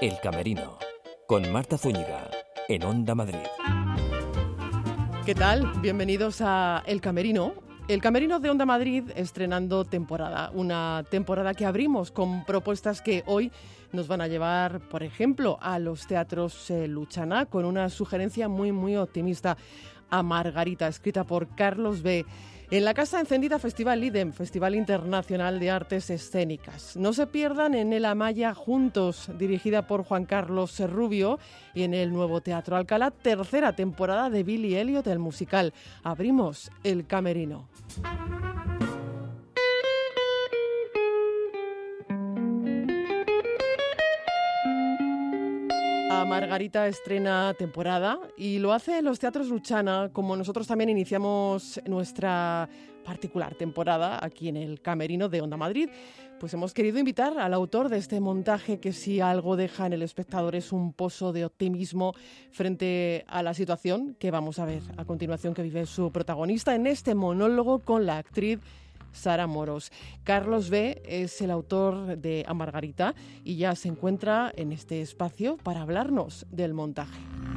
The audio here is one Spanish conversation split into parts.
El Camerino, con Marta Zúñiga, en Onda Madrid. ¿Qué tal? Bienvenidos a El Camerino. El Camerino de Onda Madrid estrenando temporada. Una temporada que abrimos con propuestas que hoy nos van a llevar, por ejemplo, a los teatros Luchana, con una sugerencia muy optimista a Margarita, escrita por Carlos B. En la Casa Encendida Festival IDEM, Festival Internacional de Artes Escénicas. No se pierdan en El Amaya Juntos, dirigida por Juan Carlos Rubio, y en el Nuevo Teatro Alcalá, tercera temporada de Billy Elliot, el musical. Abrimos El Camerino. Margarita estrena temporada y lo hace en los teatros Luchana, como nosotros también iniciamos nuestra particular temporada aquí en el Camerino de Onda Madrid. Pues hemos querido invitar al autor de este montaje que si algo deja en el espectador es un pozo de optimismo frente a la situación que vamos a ver a continuación que vive su protagonista en este monólogo con la actriz Sara Moros. Carlos B. es el autor de A Margarita y ya se encuentra en este espacio para hablarnos del montaje.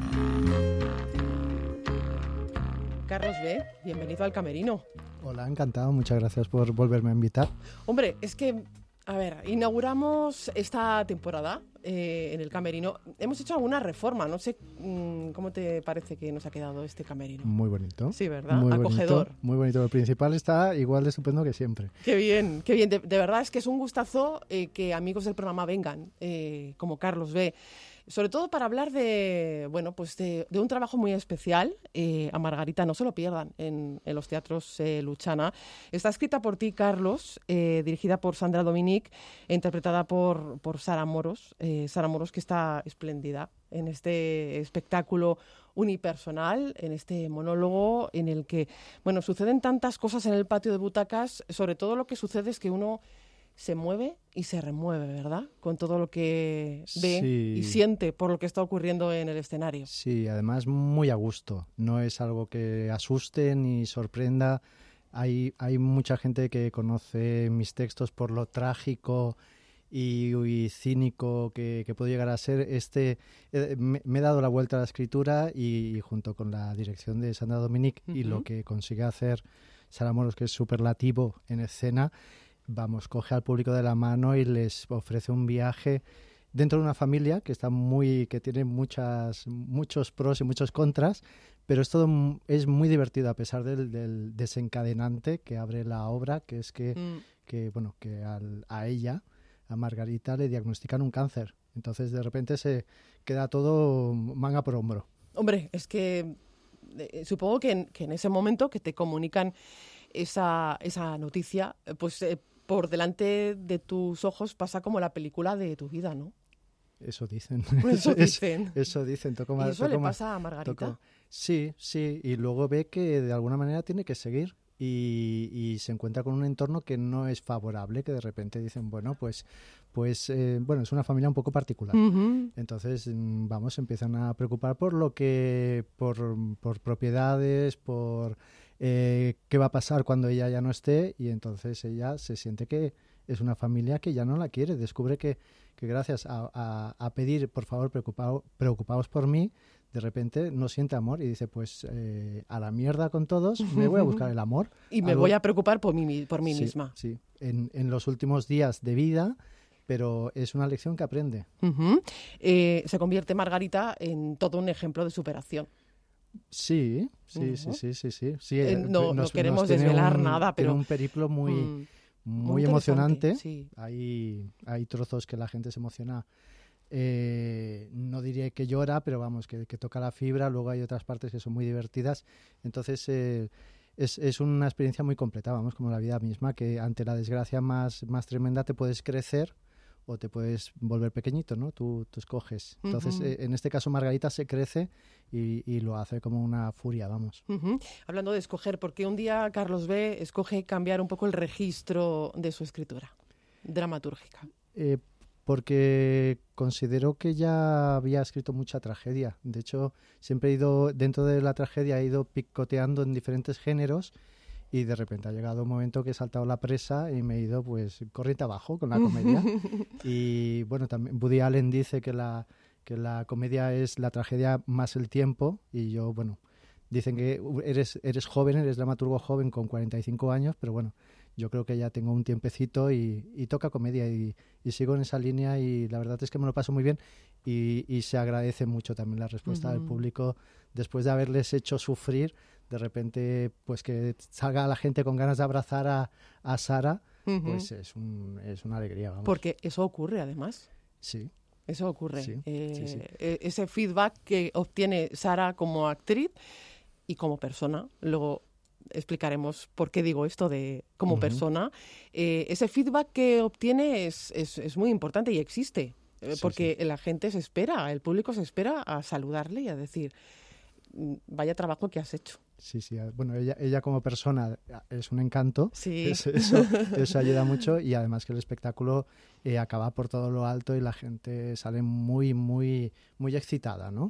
Carlos B., bienvenido al Camerino. Hola, encantado, muchas gracias por volverme a invitar. Hombre, es que, a ver, inauguramos esta temporada en el Camerino. Hemos hecho alguna reforma, no sé cómo te parece que nos ha quedado este Camerino. Muy bonito. Sí, ¿verdad? Muy acogedor. Bonito, muy bonito. El principal está igual de estupendo que siempre. Qué bien, qué bien. De verdad es que es un gustazo que amigos del programa vengan, como Carlos B., sobre todo para hablar de, bueno, pues de un trabajo muy especial. A Margarita, no se lo pierdan en los teatros Luchana. Está escrita por ti, Carlos, dirigida por Sandra Dominic, interpretada por Sara Moros. Sara Moros, que está espléndida en este espectáculo unipersonal, en este monólogo en el que, bueno, suceden tantas cosas en el patio de butacas. Sobre todo lo que sucede es que uno se mueve y se remueve, ¿verdad? Con todo lo que ve y siente por lo que está ocurriendo en el escenario. Sí, además muy a gusto. No es algo que asuste ni sorprenda. Hay mucha gente que conoce mis textos por lo trágico y cínico que puede llegar a ser. Me he dado la vuelta a la escritura y junto con la dirección de Sandra Dominic y lo que consigue hacer Sara Moros, que es superlativo en escena, vamos, coge al público de la mano y les ofrece un viaje dentro de una familia que tiene muchos pros y muchos contras, pero es muy divertido a pesar del desencadenante que abre la obra, que es que a ella, a Margarita, le diagnostican un cáncer. Entonces de repente se queda todo manga por hombro. Hombre, es que supongo que en ese momento que te comunican esa noticia, pues por delante de tus ojos pasa como la película de tu vida, ¿no? Eso dicen. Eso dicen. Eso dicen. ¿Y eso le pasa a Margarita? Sí. Y luego ve que de alguna manera tiene que seguir y se encuentra con un entorno que no es favorable, que de repente dicen, es una familia un poco particular. Uh-huh. Entonces, empiezan a preocupar por propiedades, por qué va a pasar cuando ella ya no esté, y entonces ella se siente que es una familia que ya no la quiere. Descubre que gracias a pedir, por favor, preocupaos por mí, de repente no siente amor y dice, pues a la mierda con todos, me voy a buscar el amor. Y me voy a preocupar por mí misma. Sí, en los últimos días de vida, pero es una lección que aprende. Uh-huh. Se convierte Margarita en todo un ejemplo de superación. Sí. No queremos desvelar nada, pero tiene un periplo muy emocionante. Sí. Hay trozos que la gente se emociona. No diría que llora, pero vamos, que toca la fibra. Luego hay otras partes que son muy divertidas. Entonces es una experiencia muy completa, vamos, como la vida misma, que ante la desgracia más tremenda te puedes crecer o te puedes volver pequeñito, ¿no? Tú escoges. Entonces, en este caso, Margarita se crece y lo hace como una furia, vamos. Uh-huh. Hablando de escoger, ¿por qué un día Carlos B. escoge cambiar un poco el registro de su escritura dramatúrgica? Porque considero que ya había escrito mucha tragedia. De hecho, siempre dentro de la tragedia he ido picoteando en diferentes géneros y de repente ha llegado un momento que he saltado la presa y me he ido pues corriente abajo con la comedia. Y bueno, también Woody Allen dice que la comedia es la tragedia más el tiempo, y yo, bueno, dicen que eres joven, eres dramaturgo joven con 45 años, pero bueno, yo creo que ya tengo un tiempecito y toca comedia y sigo en esa línea, y la verdad es que me lo paso muy bien y se agradece mucho también la respuesta del público después de haberles hecho sufrir. De repente, pues que salga la gente con ganas de abrazar a Sara, pues es una alegría, vamos. Porque eso ocurre, además. Sí. Eso ocurre. Sí. Ese feedback que obtiene Sara como actriz y como persona, luego explicaremos por qué digo esto de como persona, ese feedback que obtiene es muy importante y existe, porque la gente se espera, el público se espera a saludarle y a decir, vaya trabajo que has hecho. Sí, bueno, ella como persona es un encanto, sí. Eso ayuda mucho, y además que el espectáculo acaba por todo lo alto y la gente sale muy, muy, muy excitada, ¿no?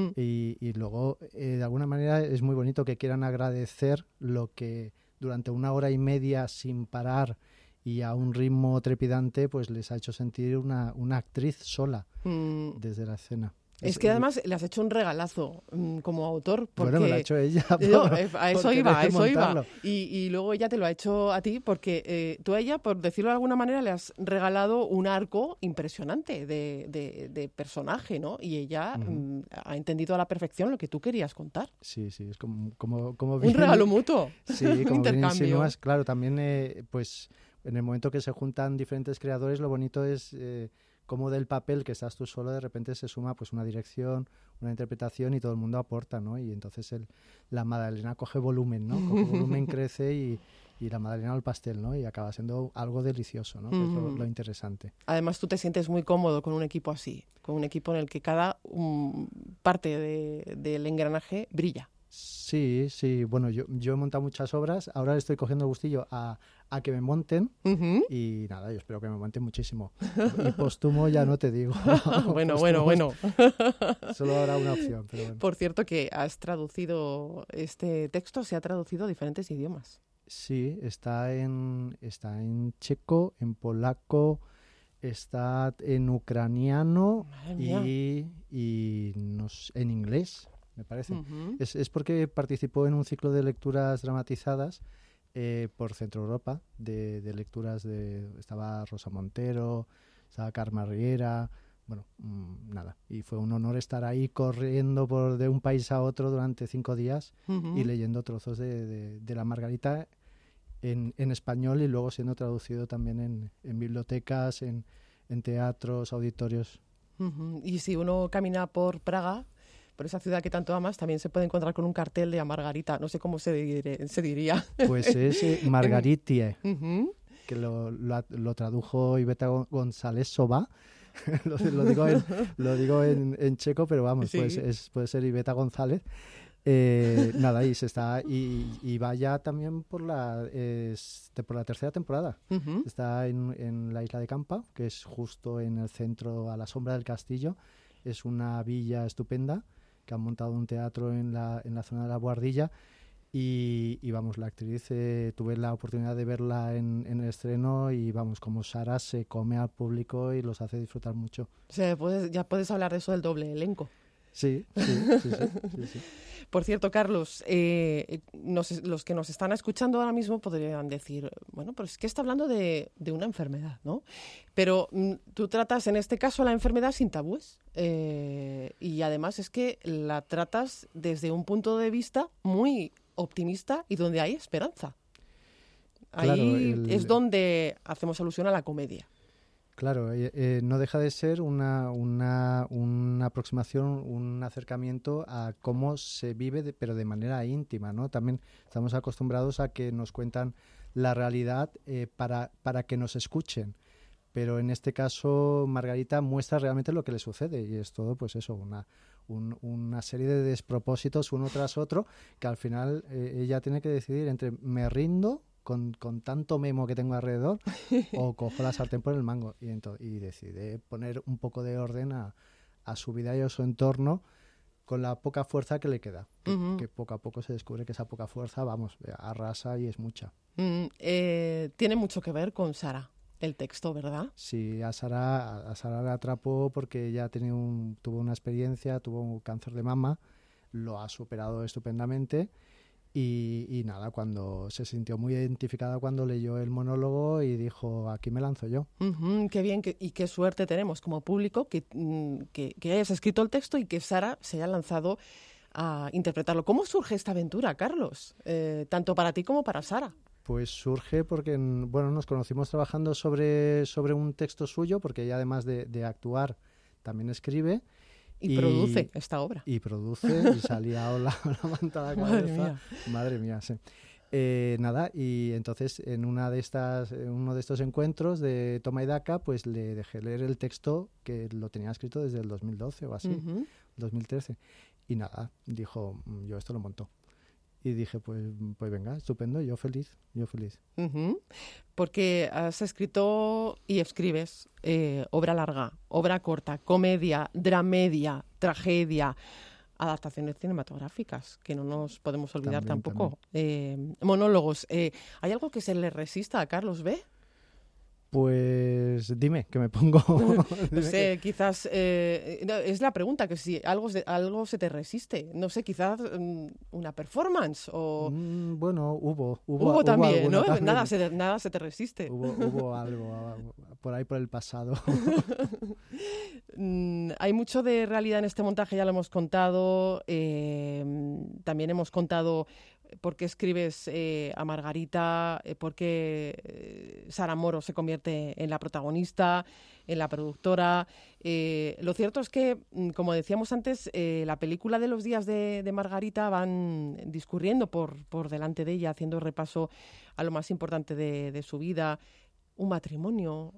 Y luego, de alguna manera, es muy bonito que quieran agradecer lo que durante 1 hora y media sin parar y a un ritmo trepidante, pues les ha hecho sentir una actriz sola desde la escena. Es que además le has hecho un regalazo como autor. Porque bueno, me lo ha hecho ella. A eso iba. Y luego ella te lo ha hecho a ti porque tú a ella, por decirlo de alguna manera, le has regalado un arco impresionante de personaje, ¿no? Y ella ha entendido a la perfección lo que tú querías contar. Sí, es como un regalo mutuo. Sí, como intercambio. Insinúas, claro, también pues en el momento que se juntan diferentes creadores, lo bonito es cómo del papel que estás tú solo de repente se suma pues una dirección, una interpretación, y todo el mundo aporta, ¿no? Y entonces la magdalena coge volumen, ¿no? Coge volumen, crece y la magdalena al pastel, ¿no? Y acaba siendo algo delicioso, ¿no? Que es lo interesante. Además, tú te sientes muy cómodo con un equipo así, con un equipo en el que cada parte del engranaje brilla. Sí. Bueno, yo he montado muchas obras. Ahora le estoy cogiendo gustillo a que me monten. Y nada, yo espero que me monten muchísimo. Y póstumo ya no te digo. Bueno. Solo habrá una opción, pero bueno. Por cierto, que has traducido este texto, se ha traducido a diferentes idiomas. Sí, está en checo, en polaco, está en ucraniano y en inglés, me parece. Es porque participó en un ciclo de lecturas dramatizadas por Centro Europa, de lecturas estaba Rosa Montero, estaba Carme Riera, bueno, nada. Y fue un honor estar ahí corriendo de un país a otro durante 5 días y leyendo trozos de la Margarita en español, y luego siendo traducido también en bibliotecas, en teatros, auditorios. Y si uno camina por Praga, por esa ciudad que tanto amas, también se puede encontrar con un cartel de Margarita. No sé cómo se diría. Pues es Margaritie, que lo tradujo Iveta González Soba. lo digo en checo, pero vamos, sí. Puede ser Iveta González. Nada, y va ya también por la tercera temporada. Está en la isla de Campa, que es justo en el centro, a la sombra del castillo. Es una villa estupenda que han montado un teatro en la zona de la Boardilla, y vamos, la actriz, tuve la oportunidad de verla en el estreno, y vamos, como Sara se come al público y los hace disfrutar mucho. O sea, ya puedes hablar de eso del doble elenco. Sí. Por cierto, Carlos, los que nos están escuchando ahora mismo podrían decir, bueno, pero es que está hablando de una enfermedad, ¿no? Pero tú tratas en este caso la enfermedad sin tabúes, y además es que la tratas desde un punto de vista muy optimista y donde hay esperanza. Claro, ahí es donde hacemos alusión a la comedia. Claro, no deja de ser una aproximación, un acercamiento a cómo se vive, pero de manera íntima, ¿no? También estamos acostumbrados a que nos cuentan la realidad para que nos escuchen, pero en este caso Margarita muestra realmente lo que le sucede, y es todo, pues eso, una serie de despropósitos uno tras otro, que al final ella tiene que decidir entre me rindo con tanto memo que tengo alrededor o cojo la sartén por el mango, y decide poner un poco de orden a su vida y a su entorno, la poca fuerza que le queda, Ujú. que poco a poco se descubre que esa poca fuerza, vamos, arrasa y es mucha. Tiene mucho que ver con Sara, el texto, ¿verdad? Sí, a Sara la atrapó porque ella tuvo una experiencia, tuvo un cáncer de mama, lo ha superado estupendamente y nada, cuando se sintió muy identificada cuando leyó el monólogo y dijo, aquí me lanzo yo. Ujú, qué bien y qué suerte tenemos como público que hayas escrito el texto y que Sara se haya lanzado a interpretarlo. ¿Cómo surge esta aventura, Carlos? Tanto para ti como para Sara. Pues surge porque, bueno, nos conocimos trabajando sobre un texto suyo, porque ella además de actuar también escribe. Y produce esta obra. Y produce, y salía la manta a la cabeza. Madre mía. Madre mía, sí. Nada, y entonces en uno de estos encuentros de toma y daca, pues le dejé leer el texto que lo tenía escrito desde el 2012 o así, 2013. Y nada, dijo, yo esto lo monto. Y dije, pues venga, estupendo, yo feliz. Ujú. Porque has escrito y escribes obra larga, obra corta, comedia, dramedia, tragedia, adaptaciones cinematográficas, que no nos podemos olvidar tampoco. Monólogos. ¿Hay algo que se le resista a Carlos B? Pues dime, que me pongo... No sé, quizás... es la pregunta, que si algo se te resiste. No sé, quizás una performance o... Bueno, Hubo también, ¿no? también. Nada se te resiste. Hubo algo por ahí por el pasado. Hay mucho de realidad en este montaje, ya lo hemos contado. También hemos contado por qué escribes a Margarita, por qué Sara Moro se convierte en la protagonista, en la productora. Lo cierto es que, como decíamos antes, la película de los días de Margarita van discurriendo por delante de ella, haciendo repaso a lo más importante de su vida. Un matrimonio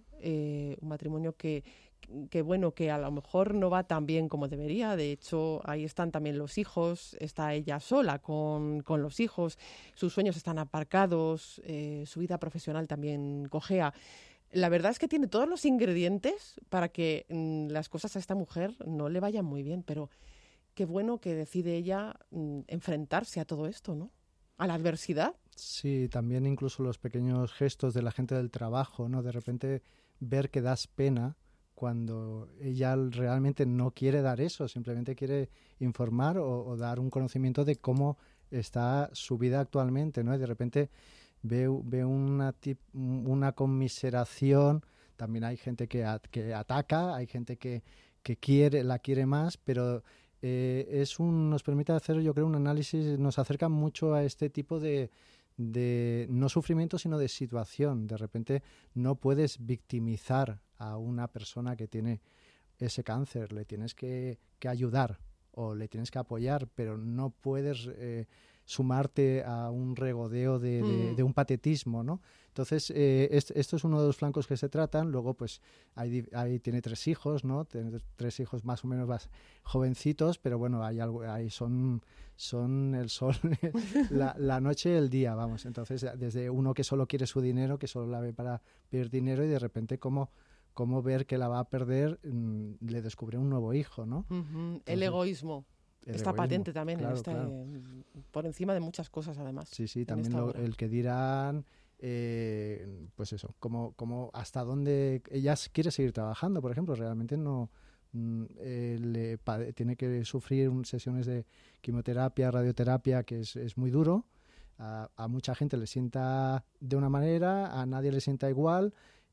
que bueno, que a lo mejor no va tan bien como debería. De hecho, ahí están también los hijos, está ella sola con los hijos, sus sueños están aparcados, su vida profesional también cojea. La verdad es que tiene todos los ingredientes para que las cosas a esta mujer no le vayan muy bien, pero qué bueno que decide ella enfrentarse a todo esto, ¿no? A la adversidad. Sí, también incluso los pequeños gestos de la gente del trabajo, ¿no? De repente ver que das pena cuando ella realmente no quiere dar eso, simplemente quiere informar o dar un conocimiento de cómo está su vida actualmente, ¿no? Y de repente ve una conmiseración. También hay gente que ataca, hay gente que la quiere más, pero nos permite hacer, yo creo, un análisis, nos acerca mucho a este tipo de no sufrimiento, sino de situación. De repente no puedes victimizar a una persona que tiene ese cáncer, le tienes que ayudar o le tienes que apoyar, pero no puedes sumarte a un regodeo de un patetismo, ¿no? Entonces, esto es uno de los flancos que se tratan. Luego, pues, tiene 3 hijos, ¿no? Tiene 3 hijos más o menos más jovencitos, pero bueno, ahí son el sol, la noche y el día, vamos. Entonces, desde uno que solo quiere su dinero, que solo la ve para pedir dinero, y de repente cómo ver que la va a perder, le descubre un nuevo hijo, ¿no? Entonces, el egoísmo. Está patente también, claro, claro. Por encima de muchas cosas, además. Sí, también el que dirán, pues eso, como hasta dónde ella quiere seguir trabajando, por ejemplo, realmente no tiene que sufrir sesiones de quimioterapia, radioterapia, que es muy duro. A mucha gente le sienta de una manera, a nadie le sienta igual.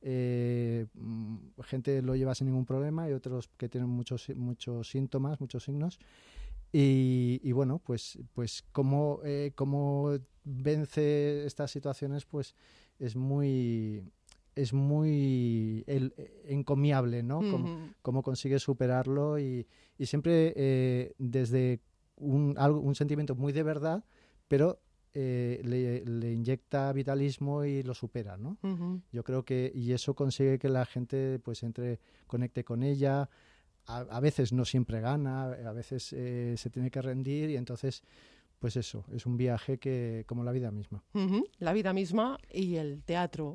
Gente lo lleva sin ningún problema y otros que tienen muchos síntomas, muchos signos. Y bueno, pues cómo vence estas situaciones, pues es muy encomiable, ¿no? Cómo consigue superarlo y siempre desde un sentimiento muy de verdad, pero le inyecta vitalismo y lo supera, ¿no? Yo creo que y eso consigue que la gente pues conecte con ella. A veces no siempre gana, a veces se tiene que rendir, y entonces pues eso, es un viaje que como la vida misma. La vida misma y el teatro,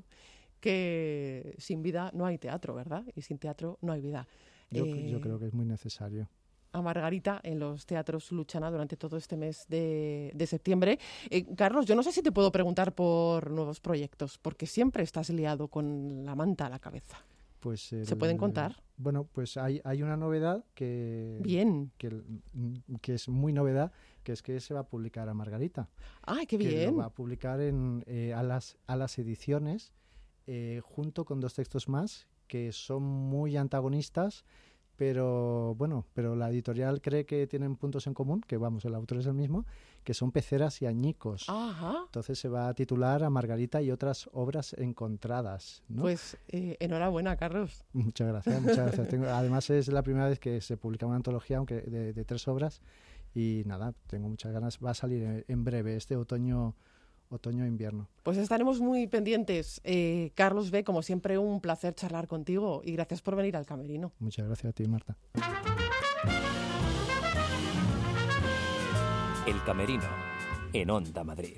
que sin vida no hay teatro, ¿verdad? Y sin teatro no hay vida. Yo creo que es muy necesario. a Margarita en los teatros Luchana durante todo este mes de septiembre. Carlos, yo no sé si te puedo preguntar por nuevos proyectos, porque siempre estás liado con la manta a la cabeza. Pues ¿Se pueden contar? Bueno, pues hay una novedad que es muy novedad, que es que se va a publicar a Margarita. ¡Ay, qué bien! Que lo va a publicar a las ediciones junto con 2 textos más que son muy antagonistas, pero la editorial cree que tienen puntos en común, que vamos, el autor es el mismo, que son Peceras y Añicos. Ajá. Entonces se va a titular A Margarita y otras obras encontradas, ¿no? Pues enhorabuena, Carlos. Muchas gracias. Además es la primera vez que se publica una antología, aunque de 3 obras, y nada, tengo muchas ganas. Va a salir en breve, este otoño-invierno. Pues estaremos muy pendientes. Carlos B., como siempre, un placer charlar contigo y gracias por venir al Camerino. Muchas gracias a ti, Marta. El Camerino, en Onda Madrid.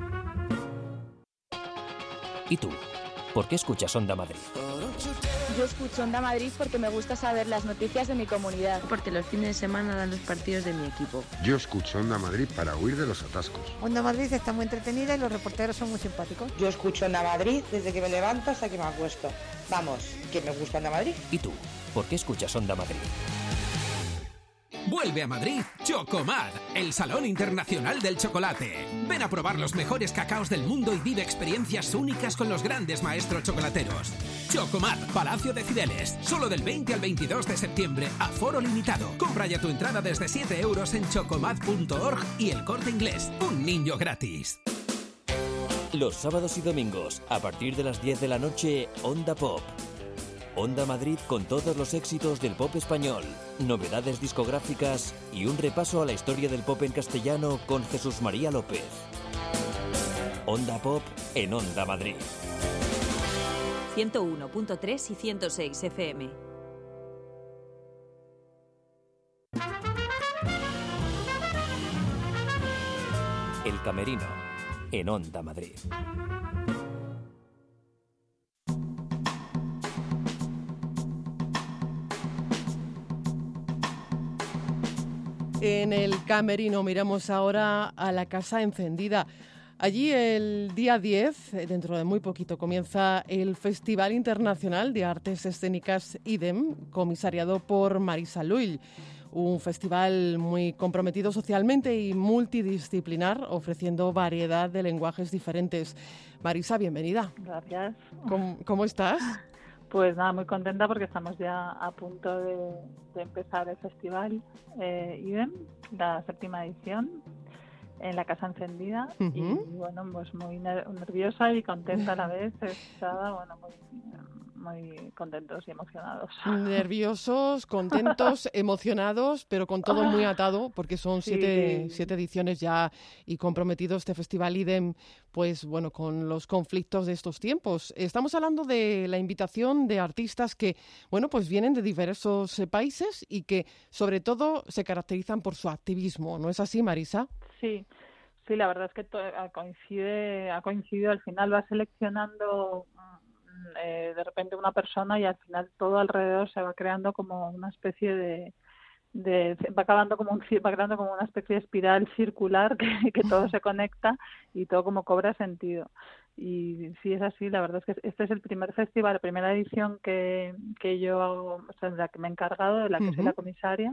¿Y tú? ¿Por qué escuchas Onda Madrid? Yo escucho Onda Madrid porque me gusta saber las noticias de mi comunidad. Porque los fines de semana dan los partidos de mi equipo. Yo escucho Onda Madrid para huir de los atascos. Onda Madrid está muy entretenida y los reporteros son muy simpáticos. Yo escucho Onda Madrid desde que me levanto hasta que me acuesto. Vamos, que me gusta Onda Madrid. ¿Y tú? ¿Por qué escuchas Onda Madrid? Vuelve a Madrid Chocomad, el Salón Internacional del Chocolate. Ven a probar los mejores cacaos del mundo y vive experiencias únicas con los grandes maestros chocolateros. Chocomad, Palacio de Cibeles, solo del 20 al 22 de septiembre, aforo limitado. Compra ya tu entrada desde 7 euros en chocomad.org y El Corte Inglés, un niño gratis. Los sábados y domingos, a partir de las 10 de la noche, Onda Pop. Onda Madrid con todos los éxitos del pop español, novedades discográficas y un repaso a la historia del pop en castellano con Jesús María López. Onda Pop en Onda Madrid. 101.3 y 106 FM. El Camerino en Onda Madrid. En el Camerino miramos ahora a la Casa Encendida. Allí el día 10, dentro de muy poquito, comienza el Festival Internacional de Artes Escénicas IDEM, comisariado por Marisa Lull. Un festival muy comprometido socialmente y multidisciplinar, ofreciendo variedad de lenguajes diferentes. Marisa, bienvenida. Gracias. ¿Cómo estás? Pues nada, muy contenta porque estamos ya a punto de empezar el festival IDEM, la 7ª edición, en la Casa Encendida. Uh-huh. Y bueno, pues muy nerviosa y contenta a la vez, excitada, bueno, muy contentos y emocionados. Nerviosos, contentos, emocionados, pero con todo muy atado, porque son siete ediciones ya y comprometido este Festival IDEM, pues bueno, con los conflictos de estos tiempos. Estamos hablando de la invitación de artistas que, bueno, pues vienen de diversos países y que sobre todo se caracterizan por su activismo, ¿no es así, Marisa? Sí, la verdad es que ha coincidido, al final va seleccionando de repente una persona y al final todo alrededor se va creando como una especie va creando como una especie de espiral circular que todo se conecta y todo como cobra sentido. Y sí, es así, la verdad es que este es el primer festival, la primera edición que yo hago, o sea, de la que me he encargado, de la que soy la comisaria.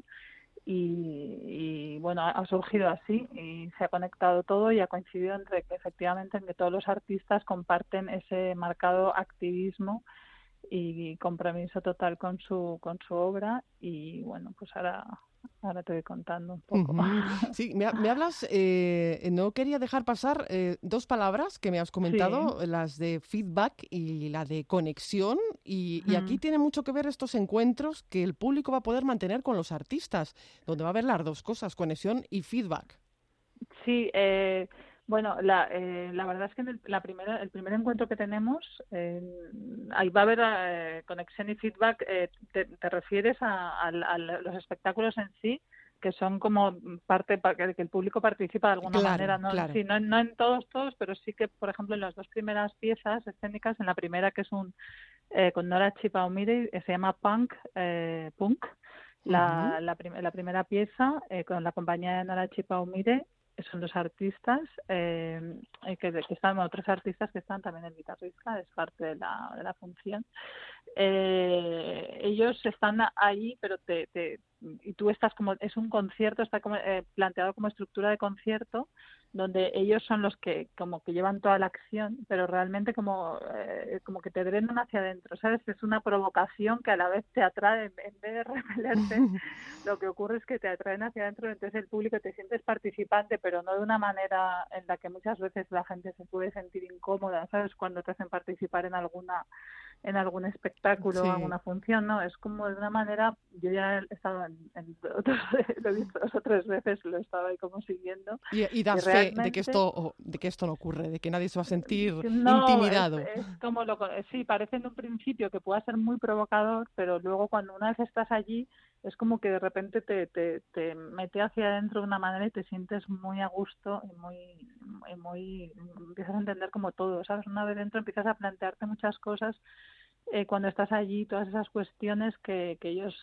Y bueno, ha surgido así y se ha conectado todo y ha coincidido en que efectivamente en que todos los artistas comparten ese marcado activismo y compromiso total con su obra. Y bueno, pues ahora te voy contando un poco. Uh-huh. Sí, me hablas, no quería dejar pasar 2 palabras que me has comentado, sí, las de feedback y la de conexión, y aquí tiene mucho que ver estos encuentros que el público va a poder mantener con los artistas, donde va a haber las 2 cosas, conexión y feedback. Sí, bueno, la verdad es que el primer encuentro que tenemos, ahí va a haber conexión y feedback. ¿Te refieres a los espectáculos en sí, que son como parte para que el público participa de alguna manera? ¿No? Claro. Sí, no en todos, pero sí que, por ejemplo, en las 2 primeras piezas escénicas, en la primera, que es con Nora Chipaumire, se llama Punk, La primera pieza con la compañía de Nora Chipaumire. Son 2 artistas que están, otros artistas que están también el guitarrista, es parte de la función. Ellos están ahí, pero y tú estás como, es un concierto, está como, planteado como estructura de concierto, donde ellos son los que como que llevan toda la acción, pero realmente como que te drenan hacia adentro, ¿sabes? Es una provocación que a la vez te atrae, en vez de repelerte, lo que ocurre es que te atraen hacia adentro, entonces el público te sientes participante, pero no de una manera en la que muchas veces la gente se puede sentir incómoda, ¿sabes? Cuando te hacen participar en algún espectáculo o alguna función, ¿no? Es como de una manera, yo ya he estado lo he visto 2 o 3 veces, lo he estado ahí como siguiendo. Y das fe de que esto no ocurre, de que nadie se va a sentir intimidado. Es como sí, parece en un principio que pueda ser muy provocador, pero luego cuando una vez estás allí, es como que de repente te mete hacia adentro de una manera y te sientes muy a gusto y muy empiezas a entender como todo, ¿sabes? Una vez dentro empiezas a plantearte muchas cosas cuando estás allí, todas esas cuestiones que ellos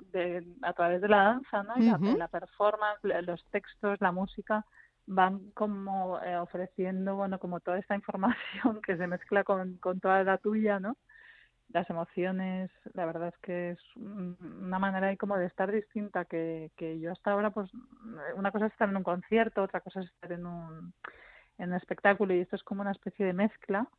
a través de la danza, ¿no? Y la performance, los textos, la música, van como ofreciendo, bueno, como toda esta información que se mezcla con toda la tuya, ¿no? Las emociones, la verdad es que es una manera ahí como de estar distinta que yo hasta ahora, pues una cosa es estar en un concierto, otra cosa es estar en un espectáculo, y esto es como una especie de mezcla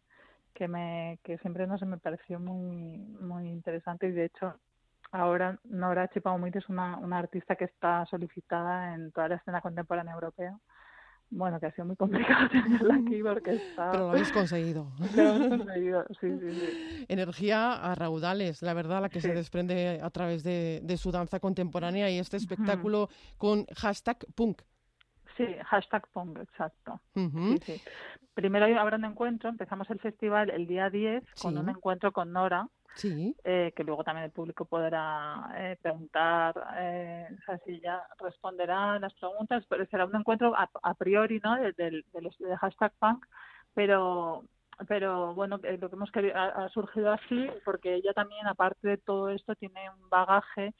que siempre no se me pareció muy muy interesante, y de hecho ahora Nora Chipaumire es una artista que está solicitada en toda la escena contemporánea europea. Bueno, que ha sido muy complicado tenerla aquí porque está... Pero lo habéis conseguido. Lo hemos conseguido, sí. Energía a raudales, la verdad, la que se desprende a través de su danza contemporánea y este espectáculo con #punk. Sí, #punk, exacto. Sí. Primero habrá un encuentro, empezamos el festival el día 10 con un encuentro con Nora, que luego también el público podrá preguntar, si ella responderá las preguntas, pero será un encuentro a priori, ¿no? de #punk, pero bueno, lo que hemos querido ha surgido así porque ella también, aparte de todo esto, tiene un bagaje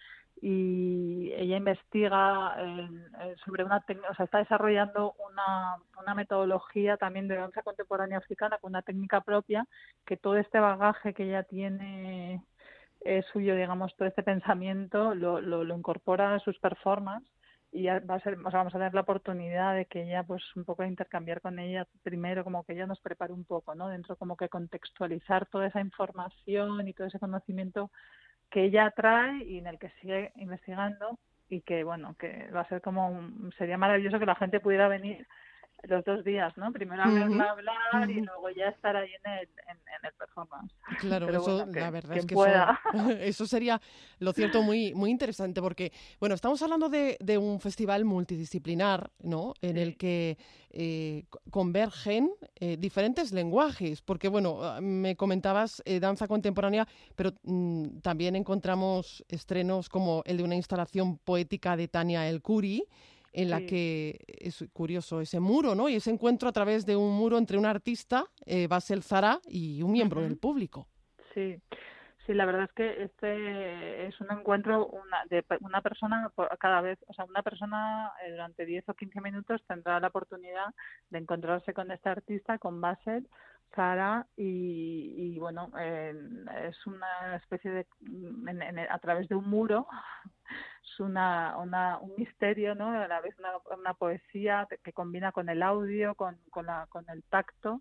y ella investiga sobre está desarrollando una metodología también de danza contemporánea africana con una técnica propia, que todo este bagaje que ella tiene suyo, digamos, todo este pensamiento lo incorpora a sus performances, y ya vamos a tener la oportunidad de que ella, pues un poco intercambiar con ella primero, como que ella nos prepare un poco, ¿no? Dentro como que contextualizar toda esa información y todo ese conocimiento que ella trae y en el que sigue investigando, y que bueno, que va a ser sería maravilloso que la gente pudiera venir los 2 días, ¿no? Primero hablar y luego ya estar ahí en el performance. Claro, pero eso, bueno, la verdad es que eso sería, lo cierto, muy muy interesante, porque, bueno, estamos hablando de un festival multidisciplinar, ¿no? En el que convergen diferentes lenguajes, porque, bueno, me comentabas danza contemporánea, pero también encontramos estrenos como el de una instalación poética de Tania El Khoury, en la que es curioso ese muro, ¿no? Y ese encuentro a través de un muro entre un artista, Basel Zara, y un miembro del público. Sí, la verdad es que este es un encuentro de una persona cada vez, o sea, una persona durante 10 o 15 minutos tendrá la oportunidad de encontrarse con este artista, con Basel Zara, y bueno, es una especie de a través de un muro. Es un misterio, ¿no? A la vez una poesía que combina con el audio, con el tacto,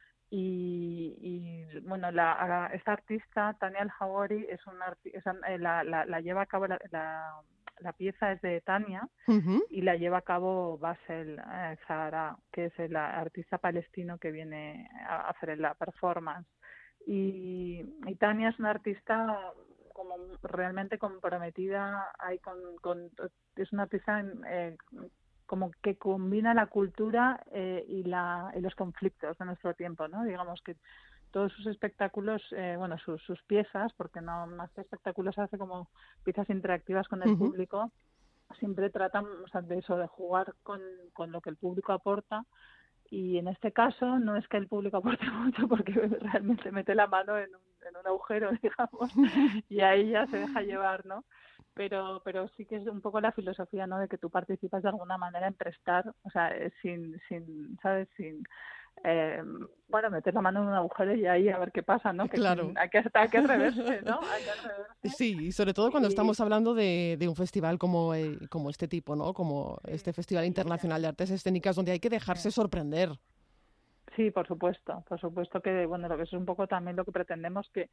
y bueno, esta artista Tania El Khoury es la lleva a cabo la pieza es de Tania, y la lleva a cabo Basel Zahara, que es el artista palestino que viene a hacer la performance, y Tania es una artista como realmente comprometida ahí es una artista como que combina la cultura y los conflictos de nuestro tiempo, ¿no? Digamos que todos sus espectáculos, sus piezas, porque no más que espectáculos, hace como piezas interactivas con el público, siempre tratan, de eso, de jugar con lo que el público aporta. Y en este caso no es que el público aporte mucho, porque realmente mete la mano en un agujero, digamos, y ahí ya se deja llevar, ¿no? pero sí que es un poco la filosofía, ¿no? De que tú participas de alguna manera en prestar, o sea, sin ¿sabes? Sin meter la mano en un agujero y ahí a ver qué pasa, ¿no? Que claro. Hay que atreverse, ¿no? Hay que atreverse. Sí, y sobre todo cuando estamos hablando de un festival como este tipo, ¿no? Como este Festival Internacional de Artes Escénicas, donde hay que dejarse sorprender. Sí, por supuesto que, bueno, lo que es un poco también lo que pretendemos, que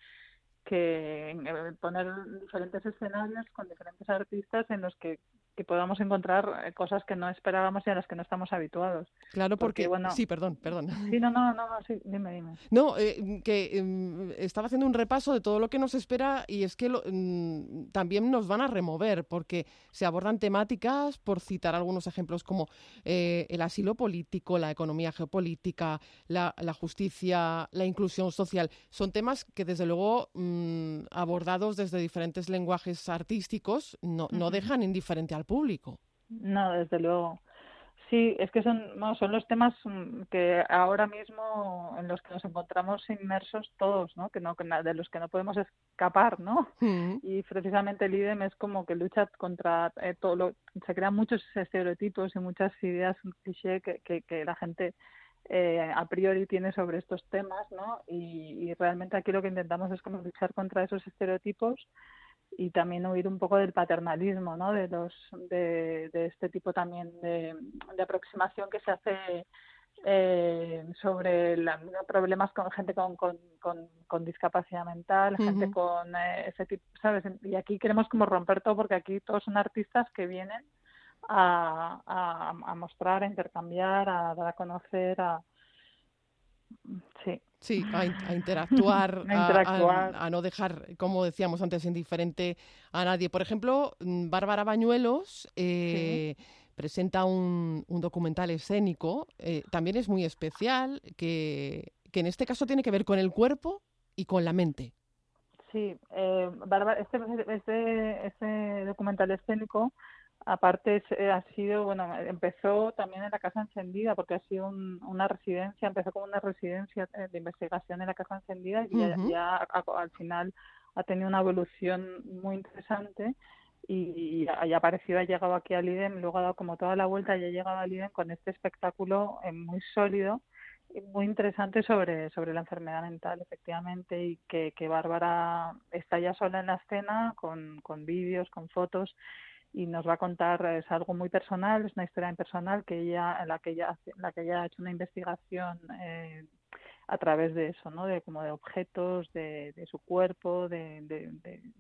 poner diferentes escenarios con diferentes artistas en los que podamos encontrar cosas que no esperábamos y a las que no estamos habituados. Claro, porque bueno, sí, perdón. Sí, no, sí, dime. No, estaba haciendo un repaso de todo lo que nos espera y es que también nos van a remover porque se abordan temáticas, por citar algunos ejemplos, como el asilo político, la economía geopolítica, la justicia, la inclusión social. Son temas que, desde luego, abordados desde diferentes lenguajes artísticos, no dejan indiferente al público. No, desde luego. Sí, es que son los temas que ahora mismo en los que nos encontramos inmersos todos, ¿no? De los que no podemos escapar, ¿no? Y precisamente el IDEM es como que lucha contra se crean muchos estereotipos y muchas ideas cliché que la gente a priori tiene sobre estos temas, ¿no? Y realmente aquí lo que intentamos es como luchar contra esos estereotipos y también huir un poco del paternalismo, ¿no? De este tipo también de aproximación que se hace sobre problemas con gente con discapacidad mental, gente con ese tipo, ¿sabes? Y aquí queremos como romper todo, porque aquí todos son artistas que vienen a mostrar, a intercambiar, a dar a conocer, Sí, a interactuar, a no dejar, como decíamos antes, indiferente a nadie. Por ejemplo, Bárbara Bañuelos presenta un documental escénico, también es muy especial, que en este caso tiene que ver con el cuerpo y con la mente. Sí, Bárbara, este documental escénico, aparte ha sido, bueno, empezó también en la Casa Encendida, porque ha sido una residencia, empezó como una residencia de investigación en la Casa Encendida y ya al final ha tenido una evolución muy interesante y ha aparecido, ha llegado aquí al IDEM, luego ha dado como toda la vuelta y ha llegado al IDEM con este espectáculo muy sólido y muy interesante sobre la enfermedad mental, efectivamente, y que Bárbara está ya sola en la escena con vídeos, con fotos, y nos va a contar, es algo muy personal, es una historia personal en la que ella ha hecho una investigación a través de eso, ¿no? De objetos, de su cuerpo, de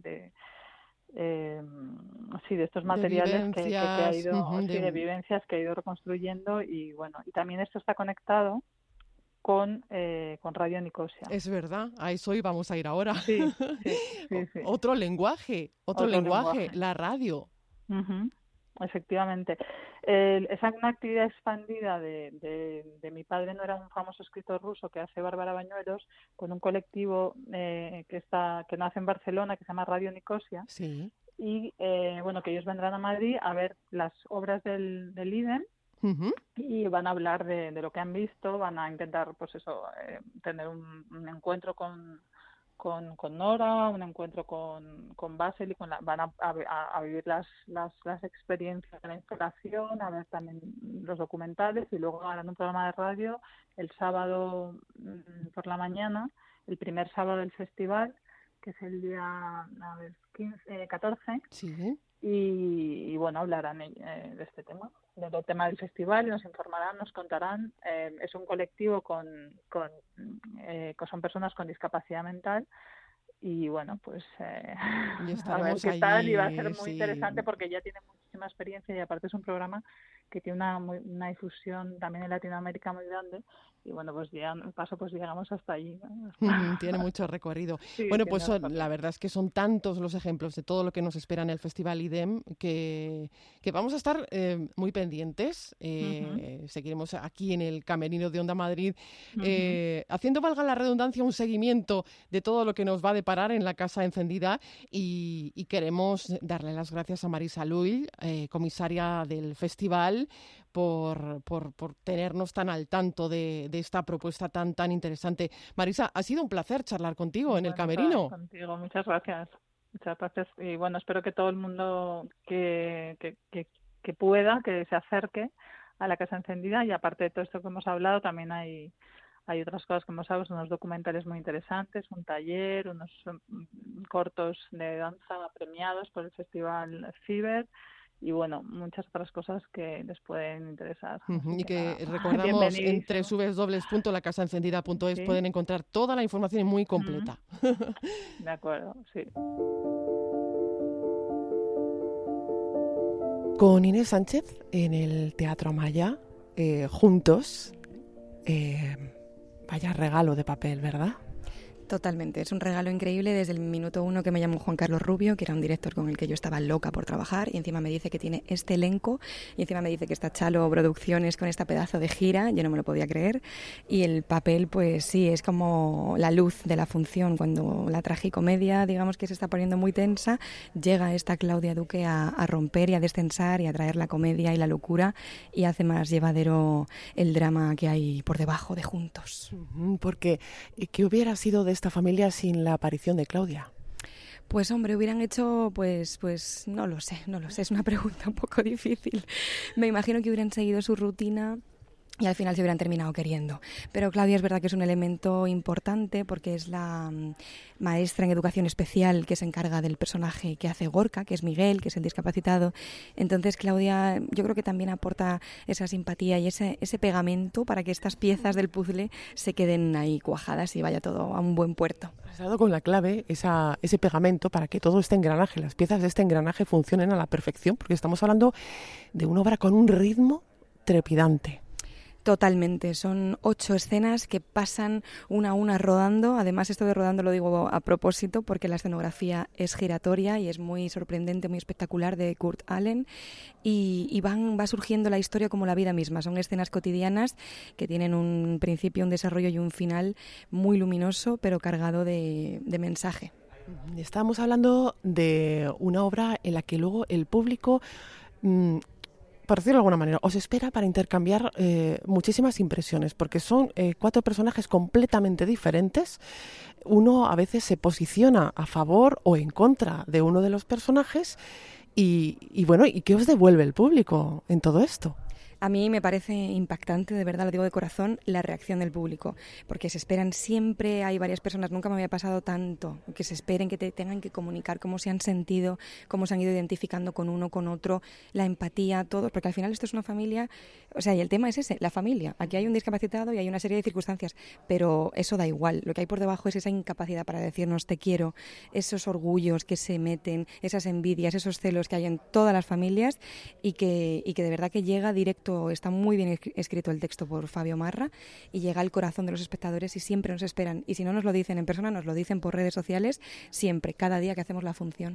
estos materiales que ha ido, de vivencias que ha ido reconstruyendo, y bueno, y también esto está conectado con Radio Nicosia. Es verdad, a eso íbamos a ir ahora. Sí. Otro lenguaje, la radio. Efectivamente. Es una actividad expandida de Mi padre no era un famoso escritor ruso que hace Bárbara Bañuelos, con un colectivo que nace en Barcelona, que se llama Radio Nicosia. Sí. Y que ellos vendrán a Madrid a ver las obras del IDEM. Y van a hablar de lo que han visto, van a intentar, pues eso, tener un encuentro con Nora, un encuentro con Basel, y van a vivir las experiencias de la instalación, a ver también los documentales, y luego harán un programa de radio el sábado por la mañana, el primer sábado del festival, que es el día 14. Sí. Y bueno, hablarán de este tema, del tema del festival, y nos informarán, nos contarán. Es un colectivo que son personas con discapacidad mental, y bueno, pues a ver qué tal, y va a ser muy interesante porque ya tiene muchísima experiencia, y aparte es un programa que tiene una difusión también en Latinoamérica muy grande, y bueno, pues ya pues llegamos hasta allí, ¿no? Tiene mucho recorrido. Sí, bueno, pues la verdad es que son tantos los ejemplos de todo lo que nos espera en el Festival IDEM que vamos a estar muy pendientes. Seguiremos aquí en el camerino de Onda Madrid, haciendo, valga la redundancia, un seguimiento de todo lo que nos va a deparar en la Casa Encendida, y queremos darle las gracias a Marisa Lull, comisaria del festival, por tenernos tan al tanto de esta propuesta tan interesante. Marisa, ha sido un placer charlar contigo en el camerino. Contigo, muchas gracias. Muchas gracias. Y bueno, espero que todo el mundo que pueda, que se acerque a la Casa Encendida. Y aparte de todo esto que hemos hablado, también hay otras cosas que hemos hablado, unos documentales muy interesantes, un taller, unos cortos de danza premiados por el Festival Ciber y bueno, muchas otras cosas que les pueden interesar. Y que recordamos en www.lacasaencendida.es pueden encontrar toda la información muy completa. De acuerdo, sí. Con Inés Sánchez en el Teatro Amaya, juntos, vaya regalo de papel, ¿verdad? Totalmente, es un regalo increíble desde el minuto 1 que me llamó Juan Carlos Rubio, que era un director con el que yo estaba loca por trabajar, y encima me dice que tiene este elenco, y encima me dice que está Chalo Producciones con esta pedazo de gira, yo no me lo podía creer, y el papel pues sí, es como la luz de la función, cuando la tragicomedia digamos que se está poniendo muy tensa, llega esta Claudia Duque a romper y a descensar y a traer la comedia y la locura, y hace más llevadero el drama que hay por debajo de Juntos. Porque, ¿qué hubiera sido de esta familia sin la aparición de Claudia? Pues hombre, hubieran hecho, pues no lo sé, es una pregunta un poco difícil. Me imagino que hubieran seguido su rutina y al final se hubieran terminado queriendo. Pero Claudia es verdad que es un elemento importante porque es la maestra en educación especial que se encarga del personaje que hace Gorka, que es Miguel, que es el discapacitado. Entonces Claudia yo creo que también aporta esa simpatía y ese pegamento para que estas piezas del puzzle se queden ahí cuajadas y vaya todo a un buen puerto. Has dado con la clave ese pegamento para que todo este engranaje, las piezas de este engranaje funcionen a la perfección, porque estamos hablando de una obra con un ritmo trepidante. Totalmente, son 8 escenas que pasan una a una rodando. Además, esto de rodando lo digo a propósito porque la escenografía es giratoria y es muy sorprendente, muy espectacular, de Kurt Allen, y va surgiendo la historia como la vida misma. Son escenas cotidianas que tienen un principio, un desarrollo y un final muy luminoso, pero cargado de mensaje. Estamos hablando de una obra en la que luego el público, por decirlo de alguna manera, os espera para intercambiar muchísimas impresiones, porque son 4 personajes completamente diferentes. Uno a veces se posiciona a favor o en contra de uno de los personajes y bueno, ¿y qué os devuelve el público en todo esto? A mí me parece impactante, de verdad, lo digo de corazón, la reacción del público, porque se esperan siempre, hay varias personas, nunca me había pasado tanto, que se esperen, que te tengan que comunicar cómo se han sentido, cómo se han ido identificando con uno, con otro, la empatía, todo, porque al final esto es una familia, o sea, y el tema es ese, la familia. Aquí hay un discapacitado y hay una serie de circunstancias, pero eso da igual, lo que hay por debajo es esa incapacidad para decirnos te quiero, esos orgullos que se meten, esas envidias, esos celos que hay en todas las familias y que de verdad que llega directo. Está muy bien escrito el texto por Fabio Marra y llega al corazón de los espectadores y siempre nos esperan. Y si no nos lo dicen en persona, nos lo dicen por redes sociales, siempre, cada día que hacemos la función.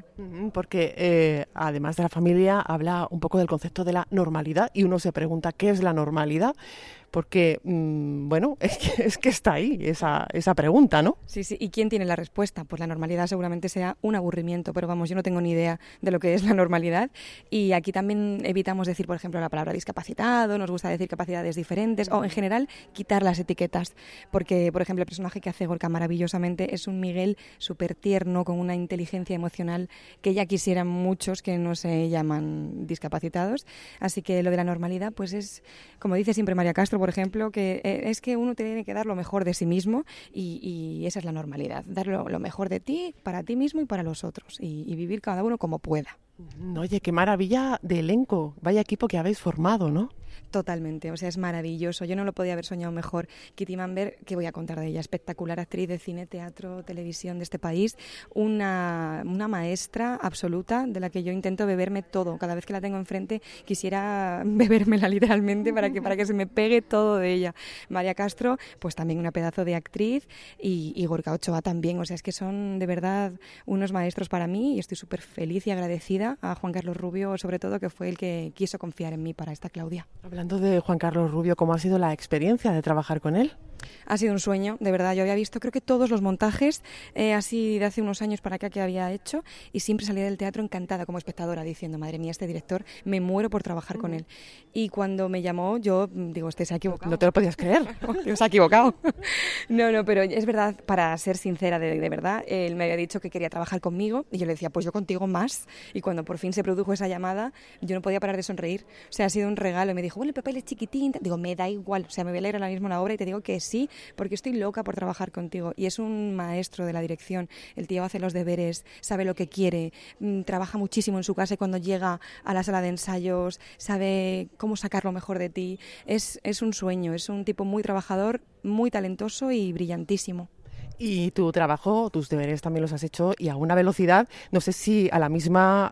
Porque además de la familia, habla un poco del concepto de la normalidad y uno se pregunta ¿qué es la normalidad? Porque, bueno, es que está ahí esa pregunta, ¿no? Sí, ¿y quién tiene la respuesta? Pues la normalidad seguramente sea un aburrimiento, pero vamos, yo no tengo ni idea de lo que es la normalidad. Y aquí también evitamos decir, por ejemplo, la palabra discapacitado, nos gusta decir capacidades diferentes, o en general quitar las etiquetas. Porque, por ejemplo, el personaje que hace Gorka maravillosamente es un Miguel súper tierno, con una inteligencia emocional que ya quisieran muchos que no se llaman discapacitados. Así que lo de la normalidad, pues es, como dice siempre María Castro, por ejemplo, que es que uno tiene que dar lo mejor de sí mismo y esa es la normalidad, dar lo mejor de ti, para ti mismo y para los otros y vivir cada uno como pueda. Oye, qué maravilla de elenco, vaya equipo que habéis formado, ¿no? Totalmente, o sea, es maravilloso. Yo no lo podía haber soñado mejor. Kitty Manber, ¿qué voy a contar de ella? Espectacular actriz de cine, teatro, televisión de este país. Una maestra absoluta de la que yo intento beberme todo. Cada vez que la tengo enfrente quisiera bebérmela literalmente para que se me pegue todo de ella. María Castro, pues también una pedazo de actriz y Gorka Ochoa también. O sea, es que son de verdad unos maestros para mí y estoy súper feliz y agradecida a Juan Carlos Rubio, sobre todo, que fue el que quiso confiar en mí para esta Claudia. Hablando de Juan Carlos Rubio, ¿cómo ha sido la experiencia de trabajar con él? Ha sido un sueño, de verdad. Yo había visto, creo que todos los montajes, así de hace unos años para acá que había hecho, y siempre salía del teatro encantada como espectadora, diciendo, madre mía, este director, me muero por trabajar con él. Y cuando me llamó, yo digo, se ha equivocado. No te lo podías creer. Se ha equivocado. No, pero es verdad, para ser sincera, de verdad, él me había dicho que quería trabajar conmigo, y yo le decía, pues yo contigo más. Y cuando por fin se produjo esa llamada, yo no podía parar de sonreír. O sea, ha sido un regalo. Y me dijo, bueno, el papel es chiquitín. Digo, me da igual. O sea, me voy a leer ahora mismo la obra y te digo que sí, porque estoy loca por trabajar contigo. Y es un maestro de la dirección. El tío hace los deberes, sabe lo que quiere, trabaja muchísimo en su casa y cuando llega a la sala de ensayos sabe cómo sacar lo mejor de ti. Es un sueño, es un tipo muy trabajador, muy talentoso y brillantísimo. Y tu trabajo, tus deberes también los has hecho y a una velocidad, no sé si a la misma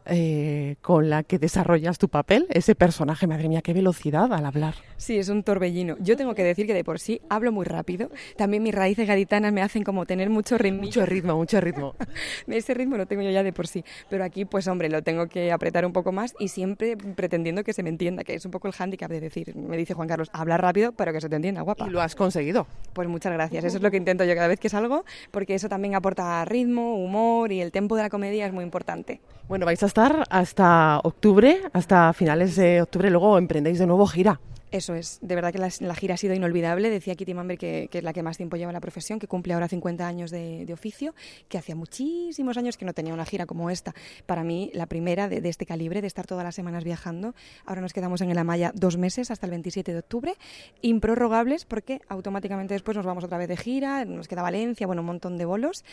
con la que desarrollas tu papel, ese personaje, madre mía, qué velocidad al hablar. Sí, es un torbellino. Yo tengo que decir que de por sí hablo muy rápido. También mis raíces gaditanas me hacen como tener mucho ritmo. Mucho ritmo. Ese ritmo lo tengo yo ya de por sí. Pero aquí, pues hombre, lo tengo que apretar un poco más y siempre pretendiendo que se me entienda, que es un poco el hándicap de decir, me dice Juan Carlos, habla rápido, pero que se te entienda, guapa. Y lo has conseguido. Pues muchas gracias. Eso es lo que intento yo cada vez que salgo, porque eso también aporta ritmo, humor y el tempo de la comedia es muy importante. Bueno, vais a estar hasta octubre, hasta finales de octubre, luego emprendéis de nuevo gira. Eso es, de verdad que la gira ha sido inolvidable. Decía Kitty Mamber que es la que más tiempo lleva en la profesión, que cumple ahora 50 años de oficio, que hacía muchísimos años que no tenía una gira como esta. Para mí, la primera de este calibre, de estar todas las semanas viajando. Ahora nos quedamos en el Amaya 2 meses, hasta el 27 de octubre, improrrogables, porque automáticamente después nos vamos otra vez de gira, nos queda Valencia, bueno, un montón de bolos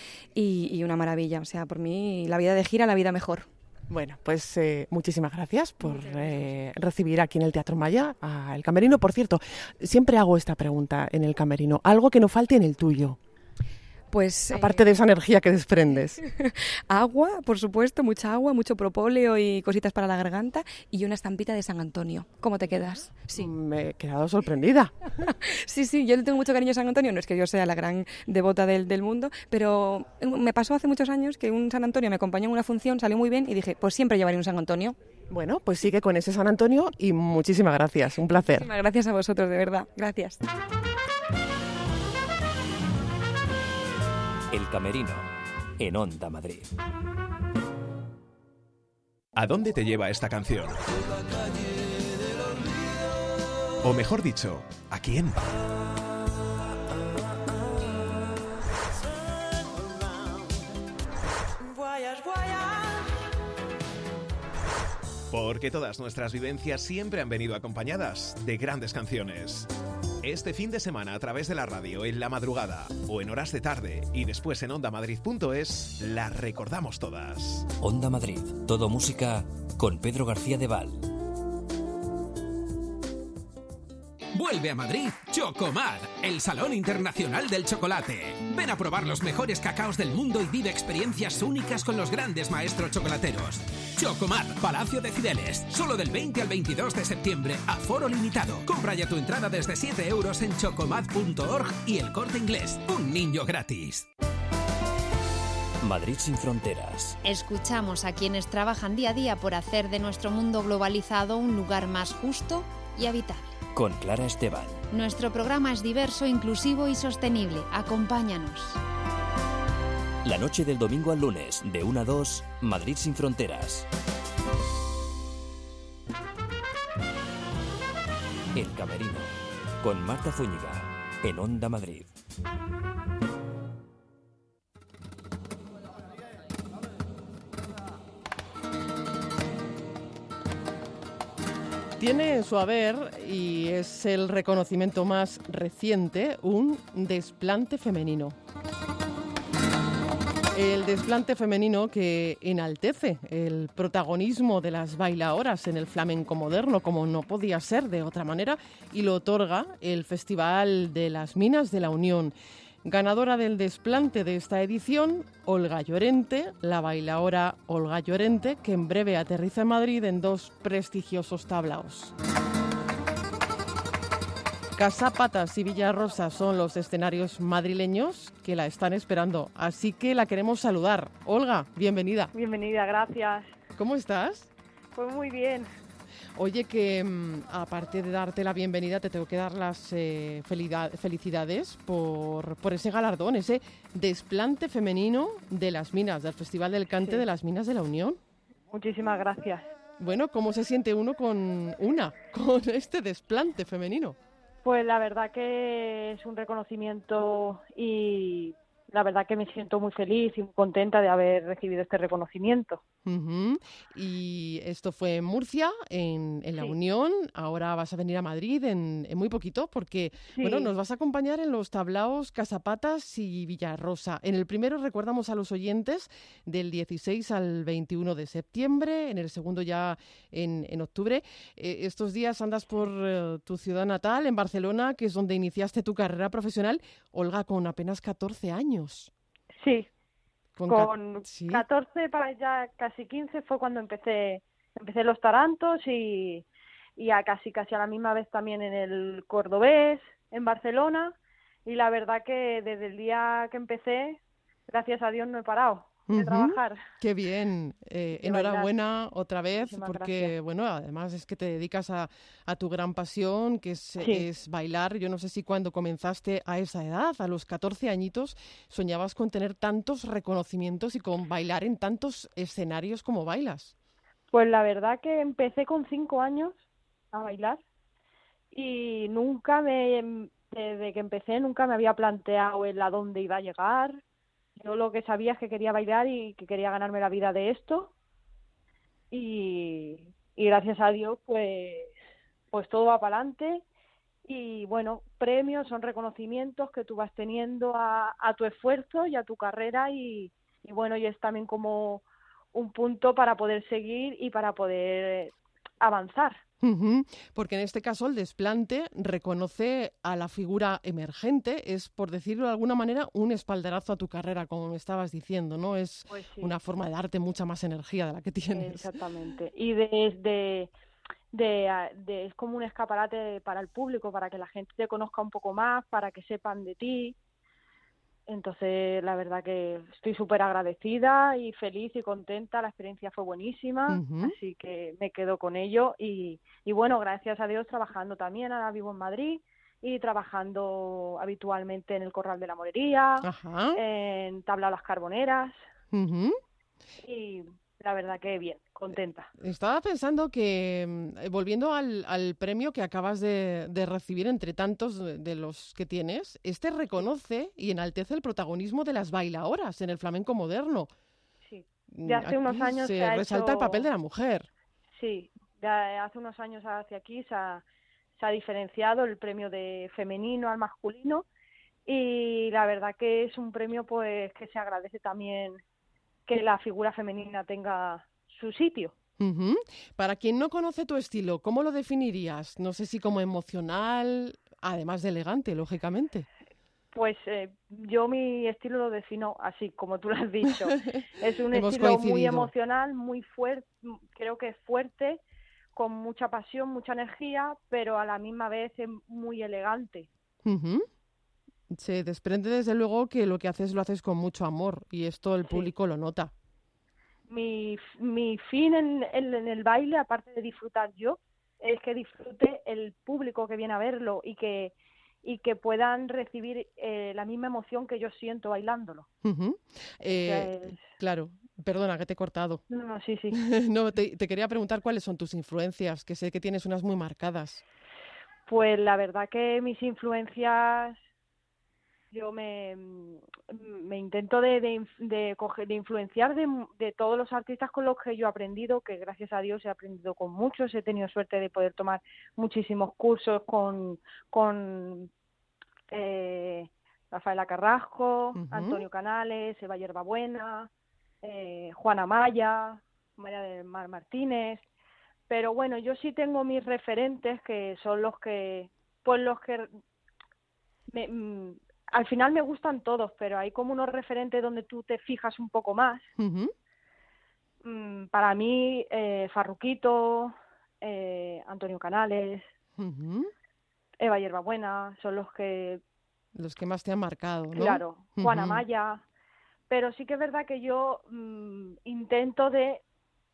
y una maravilla. O sea, por mí, la vida de gira, la vida mejor. Bueno, pues muchísimas gracias por recibir aquí en el Teatro Maya a El Camerino. Por cierto, siempre hago esta pregunta en El Camerino. Algo que no falte en el tuyo. Pues aparte de esa energía que desprendes. Agua, por supuesto, mucha agua, mucho propóleo y cositas para la garganta y una estampita de San Antonio. ¿Cómo te quedas? Sí. Me he quedado sorprendida. Sí, yo le tengo mucho cariño a San Antonio. No es que yo sea la gran devota del mundo, pero me pasó hace muchos años que un San Antonio me acompañó en una función, salió muy bien y dije, pues siempre llevaré un San Antonio. Bueno, pues sigue con ese San Antonio y muchísimas gracias. Un placer. Muchísimas gracias a vosotros, de verdad. Gracias. El Camerino, en Onda Madrid. ¿A dónde te lleva esta canción? O mejor dicho, ¿a quién? Porque todas nuestras vivencias siempre han venido acompañadas de grandes canciones. Este fin de semana a través de la radio, en la madrugada o en horas de tarde y después en ondamadrid.es, las recordamos todas. Onda Madrid, todo música con Pedro García de Val. Vuelve a Madrid Chocomad, el Salón Internacional del Chocolate. Ven a probar los mejores cacaos del mundo y vive experiencias únicas con los grandes maestros chocolateros. Chocomad, Palacio de Cibeles, solo del 20 al 22 de septiembre, aforo limitado. Compra ya tu entrada desde 7 € en chocomad.org y El Corte Inglés, un niño gratis. Madrid sin fronteras. Escuchamos a quienes trabajan día a día por hacer de nuestro mundo globalizado un lugar más justo y habitable. Con Clara Esteban. Nuestro programa es diverso, inclusivo y sostenible. Acompáñanos. La noche del domingo al lunes, de 1 a 2, Madrid sin fronteras. El Camerino, con Marta Zúñiga, en Onda Madrid. Tiene en su haber, y es el reconocimiento más reciente, un desplante femenino. El desplante femenino que enaltece el protagonismo de las bailadoras en el flamenco moderno, como no podía ser de otra manera, y lo otorga el Festival de las Minas de la Unión. Ganadora del desplante de esta edición, Olga Llorente, la bailaora Olga Llorente, que en breve aterriza en Madrid en 2 prestigiosos tablaos. Casapatas y Villarrosa son los escenarios madrileños que la están esperando, así que la queremos saludar. Olga, bienvenida. Bienvenida, gracias. ¿Cómo estás? Pues muy bien. Oye, que aparte de darte la bienvenida, te tengo que dar las felicidades por ese galardón, ese desplante femenino de las Minas, del Festival del Cante de las Minas de la Unión. Muchísimas gracias. Bueno, ¿cómo se siente uno con este desplante femenino? Pues la verdad que es un reconocimiento y la verdad que me siento muy feliz y muy contenta de haber recibido este reconocimiento. Uh-huh. Y esto fue en Murcia, en la Unión. Ahora vas a venir a Madrid en muy poquito porque bueno, nos vas a acompañar en los tablaos Casapatas y Villarrosa. En el primero recordamos a los oyentes del 16 al 21 de septiembre, en el segundo ya en octubre. Estos días andas por tu ciudad natal, en Barcelona, que es donde iniciaste tu carrera profesional, Olga, con apenas 14 años. Sí. Con 14 para ya casi 15 fue cuando empecé los tarantos y casi a la misma vez también en el Cordobés, en Barcelona, y la verdad que desde el día que empecé, gracias a Dios no he parado de trabajar. Qué bien, enhorabuena otra vez, porque gracias. Bueno, además es que te dedicas a tu gran pasión, que es bailar. Yo no sé si cuando comenzaste a esa edad, a los 14 añitos, soñabas con tener tantos reconocimientos y con bailar en tantos escenarios como bailas. Pues la verdad que empecé con 5 años a bailar y desde que empecé nunca me había planteado el a dónde iba a llegar. Yo lo que sabía es que quería bailar y que quería ganarme la vida de esto y gracias a Dios pues todo va para adelante y bueno, premios son reconocimientos que tú vas teniendo a tu esfuerzo y a tu carrera y bueno, y es también como un punto para poder seguir y para poder avanzar. Uh-huh. Porque en este caso el desplante reconoce a la figura emergente, es, por decirlo de alguna manera, un espaldarazo a tu carrera, como me estabas diciendo, ¿no? Es una forma de darte mucha más energía de la que tienes. Exactamente. Y es como un escaparate para el público, para que la gente te conozca un poco más, para que sepan de ti. Entonces, la verdad que estoy súper agradecida y feliz y contenta. La experiencia fue buenísima, así que me quedo con ello. Y bueno, gracias a Dios, trabajando también. Ahora vivo en Madrid y trabajando habitualmente en el Corral de la Morería, en Tablao Las Carboneras. Y la verdad que bien, contenta. Estaba pensando que, volviendo al premio que acabas de recibir entre tantos de los que tienes, este reconoce y enaltece el protagonismo de las bailaoras en el flamenco moderno. Sí, de hace unos años se resalta el papel de la mujer. Sí, de hace unos años hacia aquí se ha diferenciado el premio de femenino al masculino y la verdad que es un premio pues que se agradece también que la figura femenina tenga su sitio. Uh-huh. Para quien no conoce tu estilo, ¿cómo lo definirías? No sé si como emocional, además de elegante, lógicamente. Pues yo mi estilo lo defino así, como tú lo has dicho. Es un estilo muy emocional, muy fuerte, creo que es fuerte, con mucha pasión, mucha energía, pero a la misma vez es muy elegante. Uh-huh. Se desprende desde luego que lo que haces lo haces con mucho amor y esto el público lo nota. Mi fin en el baile, aparte de disfrutar yo, es que disfrute el público que viene a verlo y que puedan recibir la misma emoción que yo siento bailándolo. Uh-huh. Claro, perdona que te he cortado. No, sí. No, te quería preguntar cuáles son tus influencias, que sé que tienes unas muy marcadas. Pues la verdad que mis influencias, yo me intento de influenciar de todos los artistas con los que yo he aprendido, que gracias a Dios he aprendido con muchos, he tenido suerte de poder tomar muchísimos cursos con Rafaela Carrasco, Antonio Canales, Eva Yerbabuena, Juana Maya, María del Mar Martínez, pero bueno, yo sí tengo mis referentes que son los que al final me gustan todos, pero hay como unos referentes donde tú te fijas un poco más. Uh-huh. Para mí, Farruquito, Antonio Canales, Eva Yerbabuena, son los que más te han marcado, ¿no? Claro, Juana Maya, pero sí que es verdad que yo intento de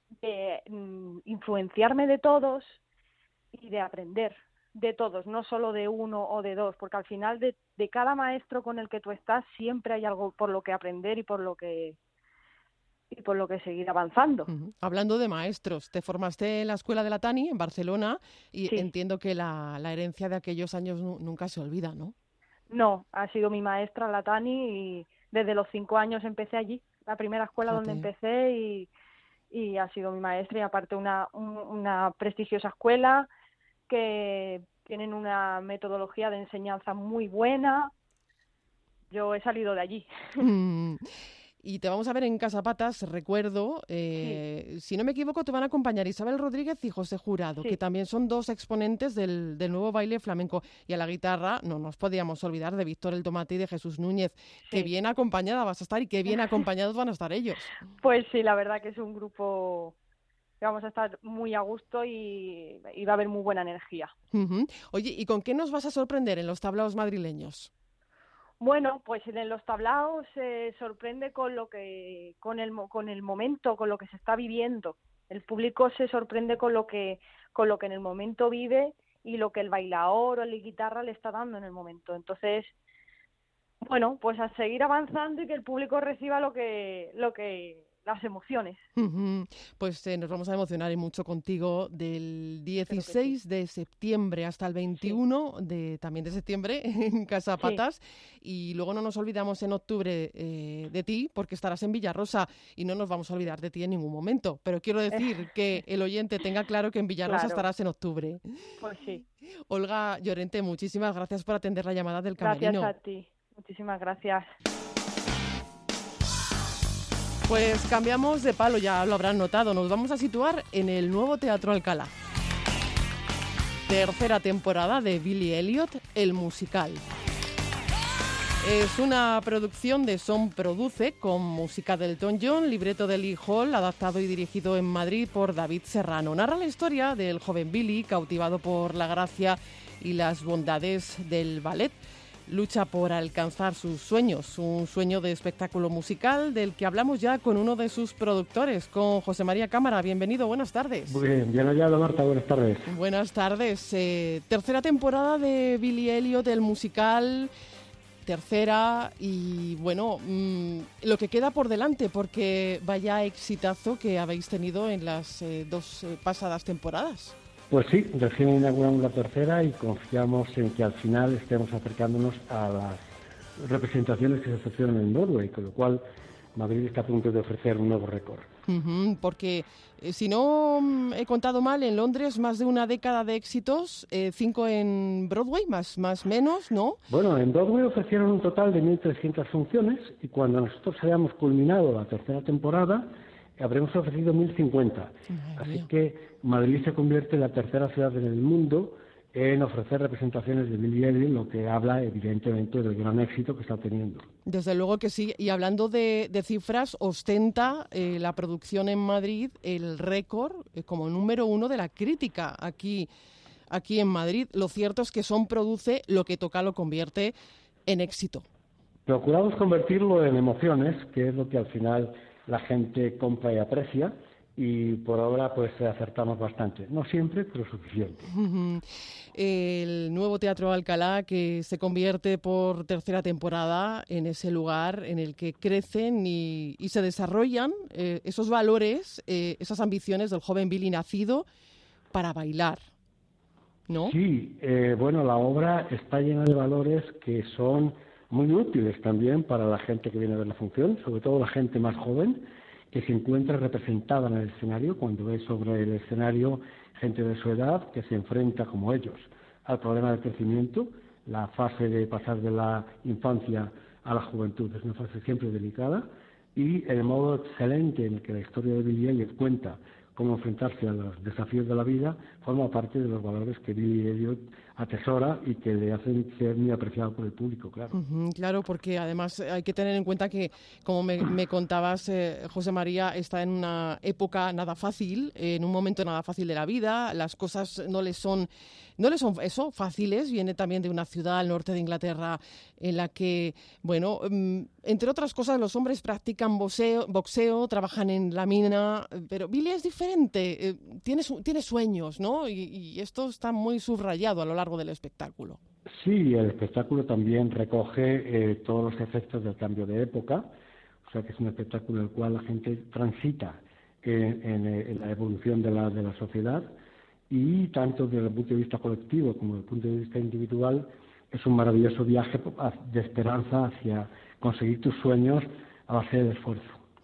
influenciarme de todos y de aprender de todos, no solo de uno o de dos, porque al final de cada maestro con el que tú estás siempre hay algo por lo que aprender y por lo que seguir avanzando. Hablando de maestros, te formaste en la Escuela de la Tani, en Barcelona, y Sí. entiendo que la herencia de aquellos años nunca se olvida, ¿no? No, ha sido mi maestra la Tani y desde los 5 años empecé allí, la primera escuela Fíjate. donde empecé y ha sido mi maestra y aparte una prestigiosa escuela que tienen una metodología de enseñanza muy buena. Yo he salido de allí. Y te vamos a ver en Casa Patas, recuerdo, si no me equivoco, te van a acompañar Isabel Rodríguez y José Jurado, Sí. que también son dos exponentes del nuevo baile flamenco. Y a la guitarra no nos podíamos olvidar de Víctor el Tomate y de Jesús Núñez. Qué bien acompañada vas a estar y qué bien acompañados van a estar ellos. Pues sí, la verdad que es un grupo que vamos a estar muy a gusto y va a haber muy buena energía. Ujú. Oye, ¿y con qué nos vas a sorprender en los tablaos madrileños? Bueno, pues en los tablaos se sorprende con el momento, con lo que se está viviendo. El público se sorprende con lo que en el momento vive y lo que el bailaor o la guitarra le está dando en el momento. Entonces, bueno, pues a seguir avanzando y que el público reciba las emociones. Ujú. Pues nos vamos a emocionar y mucho contigo del 16 de septiembre hasta el 21 también de septiembre en Casa Patas. Y luego no nos olvidamos en octubre de ti, porque estarás en Villarrosa y no nos vamos a olvidar de ti en ningún momento. Pero quiero decir que el oyente tenga claro que en Villarrosa Claro. estarás en octubre. Pues sí. Olga Llorente, muchísimas gracias por atender la llamada del Camerino. Gracias a ti. Muchísimas gracias. Pues cambiamos de palo, ya lo habrán notado. Nos vamos a situar en el nuevo Teatro Alcalá. Tercera temporada de Billy Elliot, el musical. Es una producción de Son Produce con música de Elton John, libreto de Lee Hall, adaptado y dirigido en Madrid por David Serrano. Narra la historia del joven Billy, cautivado por la gracia y las bondades del ballet. Lucha por alcanzar sus sueños, un sueño de espectáculo musical del que hablamos ya con uno de sus productores, con José María Cámara. Bienvenido, buenas tardes. Muy bien, bien hallado, Marta, buenas tardes. Buenas tardes. Tercera temporada de Billy Elliot, el musical, tercera y bueno, lo que queda por delante, porque vaya exitazo que habéis tenido en las dos pasadas temporadas. Pues sí, recién inauguramos la tercera y confiamos en que al final estemos acercándonos a las representaciones que se ofrecieron en Broadway, con lo cual Madrid está a punto de ofrecer un nuevo récord. Porque, si no he contado mal, en Londres más de una década de éxitos, 5 en Broadway, más menos, ¿no? Bueno, en Broadway ofrecieron un total de 1.300 funciones y cuando nosotros hayamos culminado la tercera temporada, habremos ofrecido 1.050. Así que Madrid se convierte en la tercera ciudad en el mundo en ofrecer representaciones de Billy Elliot, lo que habla evidentemente del gran éxito que está teniendo. Desde luego que sí. Y hablando de cifras, ostenta la producción en Madrid el récord como número 1 de la crítica aquí en Madrid. Lo cierto es que Son Produce, lo que toca lo convierte en éxito. Procuramos convertirlo en emociones, que es lo que al final la gente compra y aprecia, y por ahora pues acertamos bastante. No siempre, pero suficiente. El nuevo Teatro Alcalá, que se convierte por tercera temporada en ese lugar en el que crecen y se desarrollan esos valores, esas ambiciones del joven Billy nacido para bailar, ¿no? Sí, bueno, la obra está llena de valores que son muy útiles también para la gente que viene a ver la función, sobre todo la gente más joven, que se encuentra representada en el escenario, cuando ve sobre el escenario gente de su edad que se enfrenta, como ellos, al problema del crecimiento. La fase de pasar de la infancia a la juventud es una fase siempre delicada, y el modo excelente en el que la historia de Billy Elliot cuenta cómo enfrentarse a los desafíos de la vida, forma parte de los valores que Billy Elliot atesora y que le hacen ser muy apreciado por el público, claro. Claro, porque además hay que tener en cuenta que, como me contabas, José María está en una época nada fácil, en un momento nada fácil de la vida, las cosas no le son eso fáciles, viene también de una ciudad al norte de Inglaterra en la que, bueno, entre otras cosas los hombres practican boxeo, trabajan en la mina, pero Billy es diferente, tiene sueños, ¿no? Y esto está muy subrayado a lo largo del espectáculo. Sí, el espectáculo también recoge todos los efectos del cambio de época, o sea que es un espectáculo en el cual la gente transita en la evolución de la sociedad, y tanto desde el punto de vista colectivo como desde el punto de vista individual es un maravilloso viaje de esperanza hacia conseguir tus sueños a base de esfuerzo.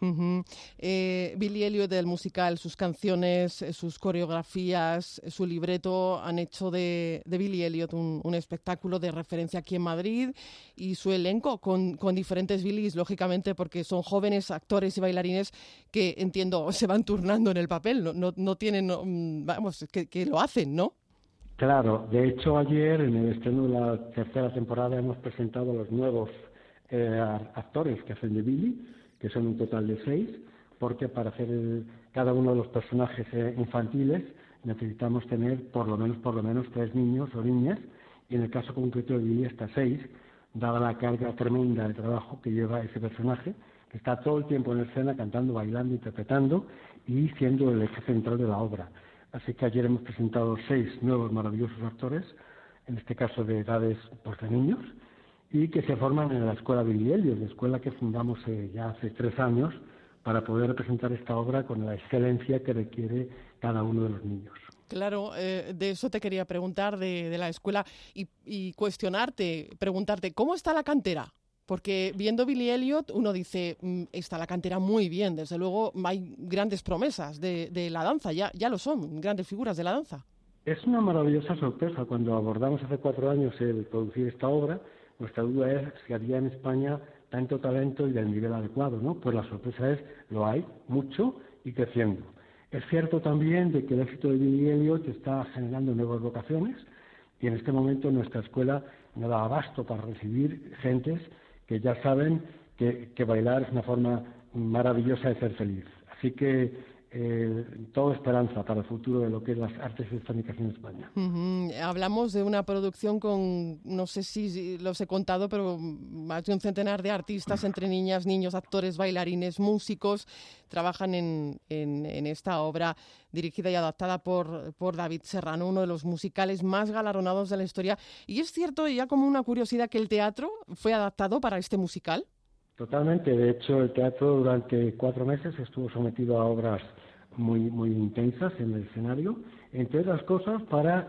Billy Elliot, del musical, sus canciones, sus coreografías, su libreto han hecho de Billy Elliot un espectáculo de referencia aquí en Madrid, y su elenco con diferentes Billys, lógicamente, porque son jóvenes actores y bailarines que, entiendo, se van turnando en el papel, no tienen, vamos, que lo hacen, ¿no? Claro, de hecho ayer en el estreno de la tercera temporada hemos presentado a los nuevos actores que hacen de Billy, que son un total de 6, porque para hacer cada uno de los personajes infantiles necesitamos tener por lo menos 3 niños o niñas, y en el caso concreto de Billy hasta 6, dada la carga tremenda de trabajo que lleva ese personaje, que está todo el tiempo en escena cantando, bailando, interpretando y siendo el eje central de la obra. Así que ayer hemos presentado 6 nuevos maravillosos actores, en este caso de edades pues, de niños, y que se forman en la Escuela Billy Elliot, la escuela que fundamos ya hace 3 años para poder representar esta obra con la excelencia que requiere cada uno de los niños. Claro, de eso te quería preguntar, de la escuela, y preguntarte, ¿cómo está la cantera? Porque viendo Billy Elliot uno dice, está la cantera muy bien, desde luego hay grandes promesas de la danza, ya lo son, grandes figuras de la danza. Es una maravillosa sorpresa. Cuando abordamos hace 4 años el producir esta obra, nuestra duda es si había en España tanto talento y del nivel adecuado, ¿no? Pues la sorpresa es, lo hay, mucho y creciendo. Es cierto también de que el éxito de Billy Elliot está generando nuevas vocaciones, y en este momento nuestra escuela no da abasto para recibir gentes que ya saben que bailar es una forma maravillosa de ser feliz. Así que toda esperanza para el futuro de lo que es las artes escénicas en España. Hablamos de una producción con, no sé si los he contado, pero más de un centenar de artistas, entre niñas, niños, actores, bailarines, músicos, trabajan en esta obra dirigida y adaptada por David Serrano, uno de los musicales más galardonados de la historia. Y es cierto, ya como una curiosidad, que el teatro fue adaptado para este musical. Totalmente. De hecho, el teatro durante 4 meses estuvo sometido a obras muy intensas en el escenario, entre otras cosas para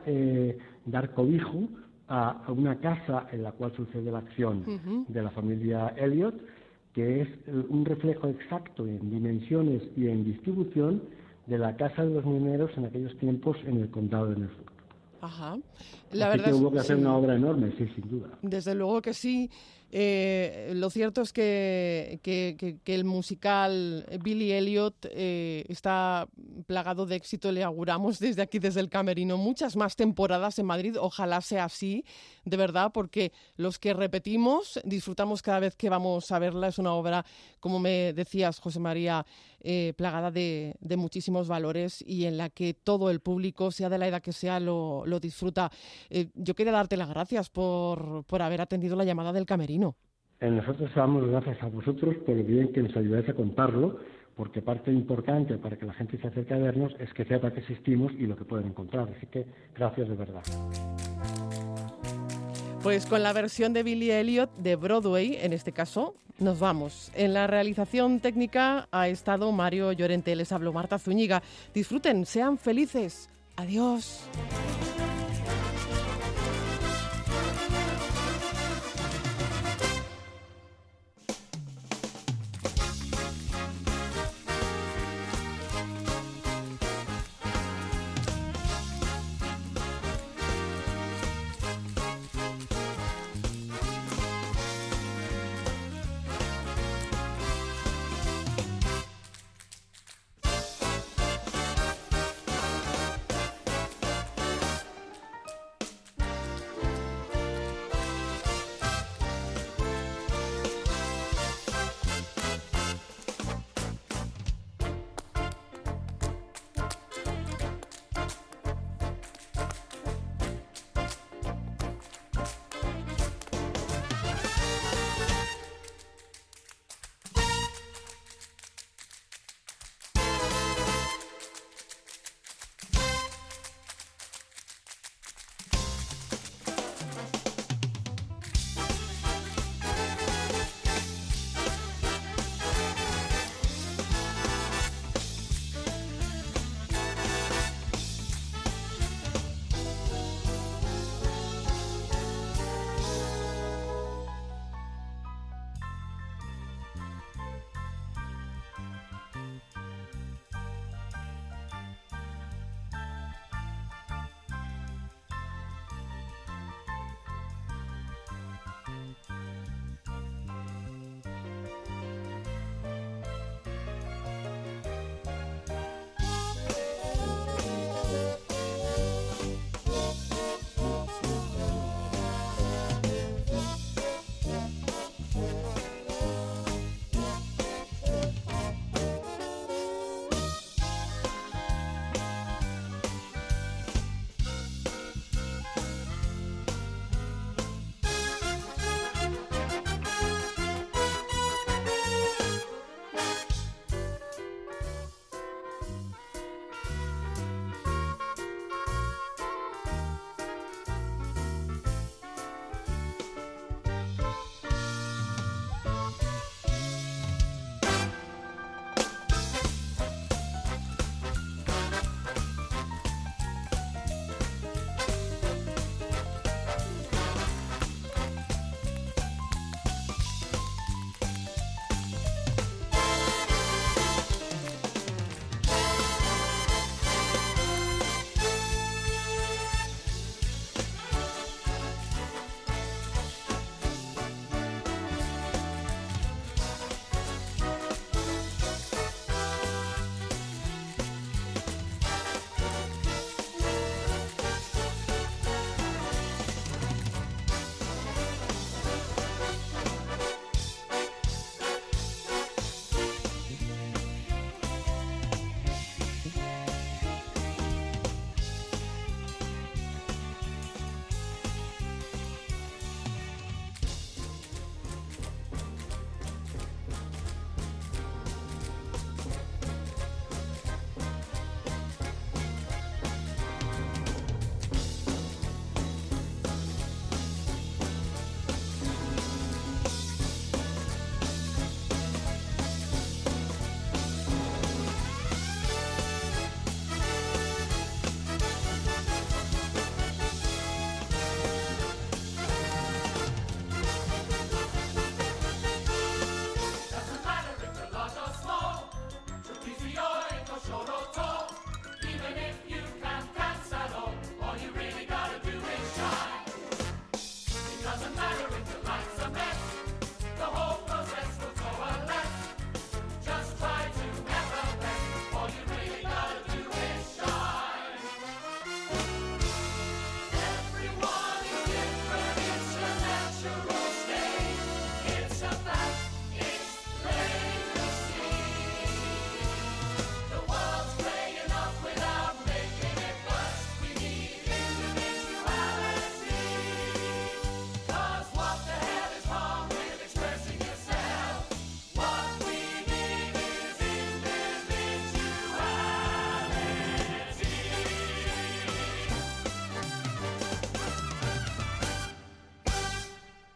dar cobijo a una casa en la cual sucede la acción de la familia Elliot, que es un reflejo exacto en dimensiones y en distribución de la casa de los mineros en aquellos tiempos en el condado de Norfolk. Ajá. La verdad que hubo que hacer una obra enorme, sí, sin duda. Desde luego que sí. Lo cierto es que el musical Billy Elliot está plagado de éxito. Le auguramos desde aquí, desde el camerino, muchas más temporadas en Madrid. Ojalá sea así, de verdad, porque los que repetimos disfrutamos cada vez que vamos a verla. Es una obra, como me decías, José María, plagada de muchísimos valores, y en la que todo el público, sea de la edad que sea, lo disfruta. Yo quería darte las gracias por haber atendido la llamada del camerino. Nosotros damos gracias a vosotros por lo bien que nos ayudáis a contarlo, porque parte importante para que la gente se acerque a vernos es que sepa que existimos y lo que pueden encontrar. Así que gracias de verdad. Pues con la versión de Billy Elliot de Broadway, en este caso, nos vamos. En la realización técnica ha estado Mario Llorente. Les habló Marta Zúñiga. Disfruten, sean felices. Adiós.